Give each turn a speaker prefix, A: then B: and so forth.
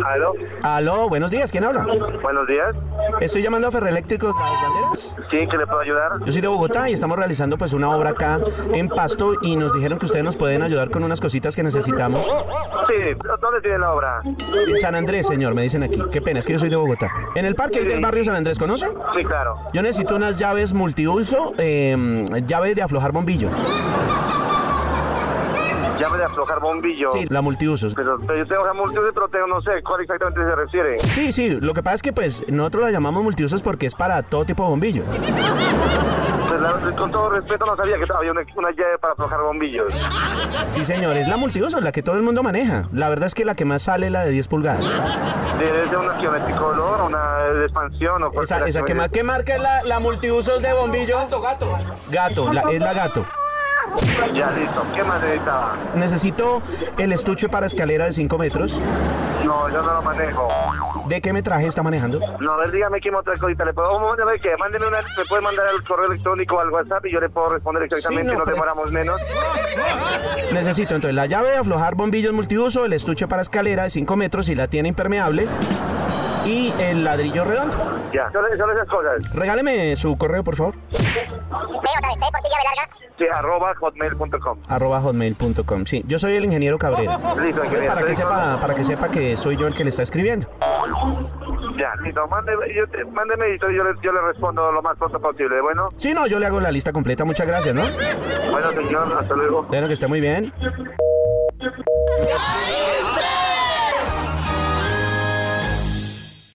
A: Aló.
B: Aló, buenos días, ¿quién habla?
A: Buenos días.
B: Estoy llamando a Ferroeléctrico Las Banderas.
A: Sí, ¿qué le puedo ayudar?
B: Yo soy de Bogotá y estamos realizando pues una obra acá en Pasto y nos dijeron que ustedes nos pueden ayudar con unas cositas que necesitamos.
A: Sí, ¿dónde tiene la obra?
B: En San Andrés, señor, me dicen aquí. Qué pena, es que yo soy de Bogotá. En el parque del barrio San Andrés, ¿conoce?
A: Sí, claro.
B: Yo necesito unas llaves multiuso, llave de aflojar bombillo.
A: Llave de aflojar bombillo.
B: Sí, la multiusos.
A: Pero yo tengo la multiuso, pero no sé cuál exactamente se refiere.
B: Sí, lo que pasa es que pues nosotros la llamamos multiusos porque es para todo tipo de bombillo.
A: Pues con todo respeto no sabía que había una llave para aflojar bombillos.
B: Sí, señor, es la multiuso, la que todo el mundo maneja. La verdad es que la que más sale es la de 10 pulgadas.
A: ¿Es de una geometricolor, una de expansión o
B: Esa ¿qué marca es la multiusos de bombillo? Gato, es la Gato.
A: Ya, listo. ¿Qué más necesitaba?
B: Necesito el estuche para escalera de 5 metros.
A: No, yo no lo manejo.
B: ¿De qué metraje está manejando?
A: No, a ver, dígame qué otra cosita le puedo... ¿Sabe qué? Mándeme me puede mandar al correo electrónico o al WhatsApp y yo le puedo responder exactamente,
B: Sí,
A: no demoramos menos.
B: Necesito entonces la llave de aflojar bombillos multiuso, el estuche para escalera de 5 metros y la tiene impermeable y el ladrillo redondo.
A: Ya, solo esas cosas.
B: Regáleme su correo, por favor.
A: Sí, @hotmail.com.
B: @hotmail.com. Sí, yo soy el ingeniero Cabrera.
A: Listo, ingeniero.
B: Para que sepa que soy yo el que le está escribiendo.
A: Ya, listo. Mándeme y yo le respondo lo más pronto posible, ¿bueno?
B: Sí, no, yo le hago la lista completa. Muchas gracias, ¿no?
A: Bueno, señor, hasta luego.
B: Bueno, que esté muy bien.